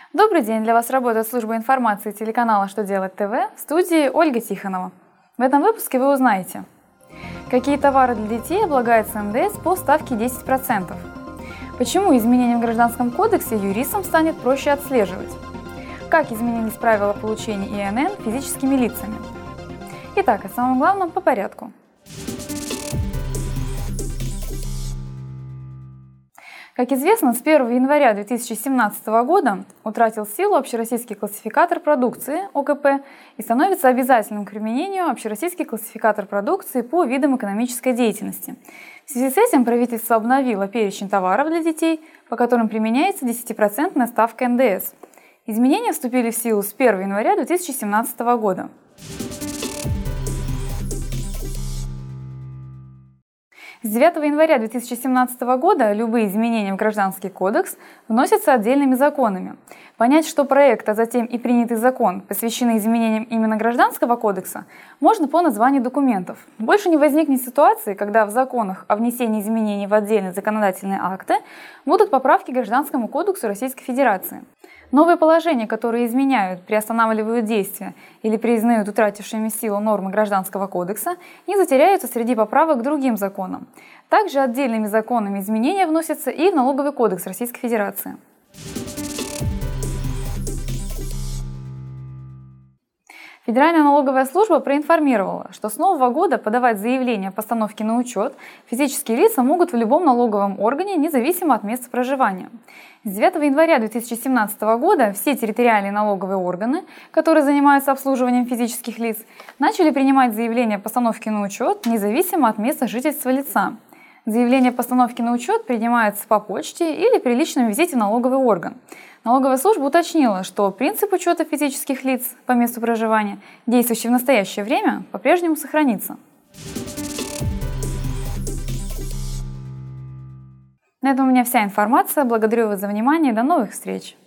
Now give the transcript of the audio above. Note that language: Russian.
Добрый день! Для вас работает служба информации телеканала «Что делать ТВ», в студии Ольга Тихонова. В этом выпуске вы узнаете, какие товары для детей облагаются НДС по ставке 10%, почему изменения в Гражданском кодексе юристам станет проще отслеживать, как изменились правила получения ИНН физическими лицами. Итак, о самом главном по порядку. Как известно, с 1 января 2017 года утратил силу общероссийский классификатор продукции ОКП и становится обязательным к применению общероссийский классификатор продукции по видам экономической деятельности. В связи с этим правительство обновило перечень товаров для детей, по которым применяется 10% ставка НДС. Изменения вступили в силу с 1 января 2017 года. С 9 января 2017 года любые изменения в Гражданский кодекс вносятся отдельными законами. Понять, что проект, а затем и принятый закон посвящены изменениям именно Гражданского кодекса, можно по названию документов. Больше не возникнет ситуации, когда в законах о внесении изменений в отдельные законодательные акты будут поправки к Гражданскому кодексу Российской Федерации. Новые положения, которые изменяют, приостанавливают действия или признают утратившими силу нормы Гражданского кодекса, не затеряются среди поправок к другим законам. Также отдельными законами изменения вносятся и в Налоговый кодекс Российской Федерации. Федеральная налоговая служба проинформировала, что с нового года подавать заявление о постановке на учет физические лица могут в любом налоговом органе, независимо от места проживания. С 9 января 2017 года все территориальные налоговые органы, которые занимаются обслуживанием физических лиц, начали принимать заявление о постановке на учет независимо от места жительства лица. Заявление о постановке на учет принимается по почте или при личном визите в налоговый орган. Налоговая служба уточнила, что принцип учета физических лиц по месту проживания, действующий в настоящее время, по-прежнему сохранится. На этом у меня вся информация. Благодарю вас за внимание и до новых встреч!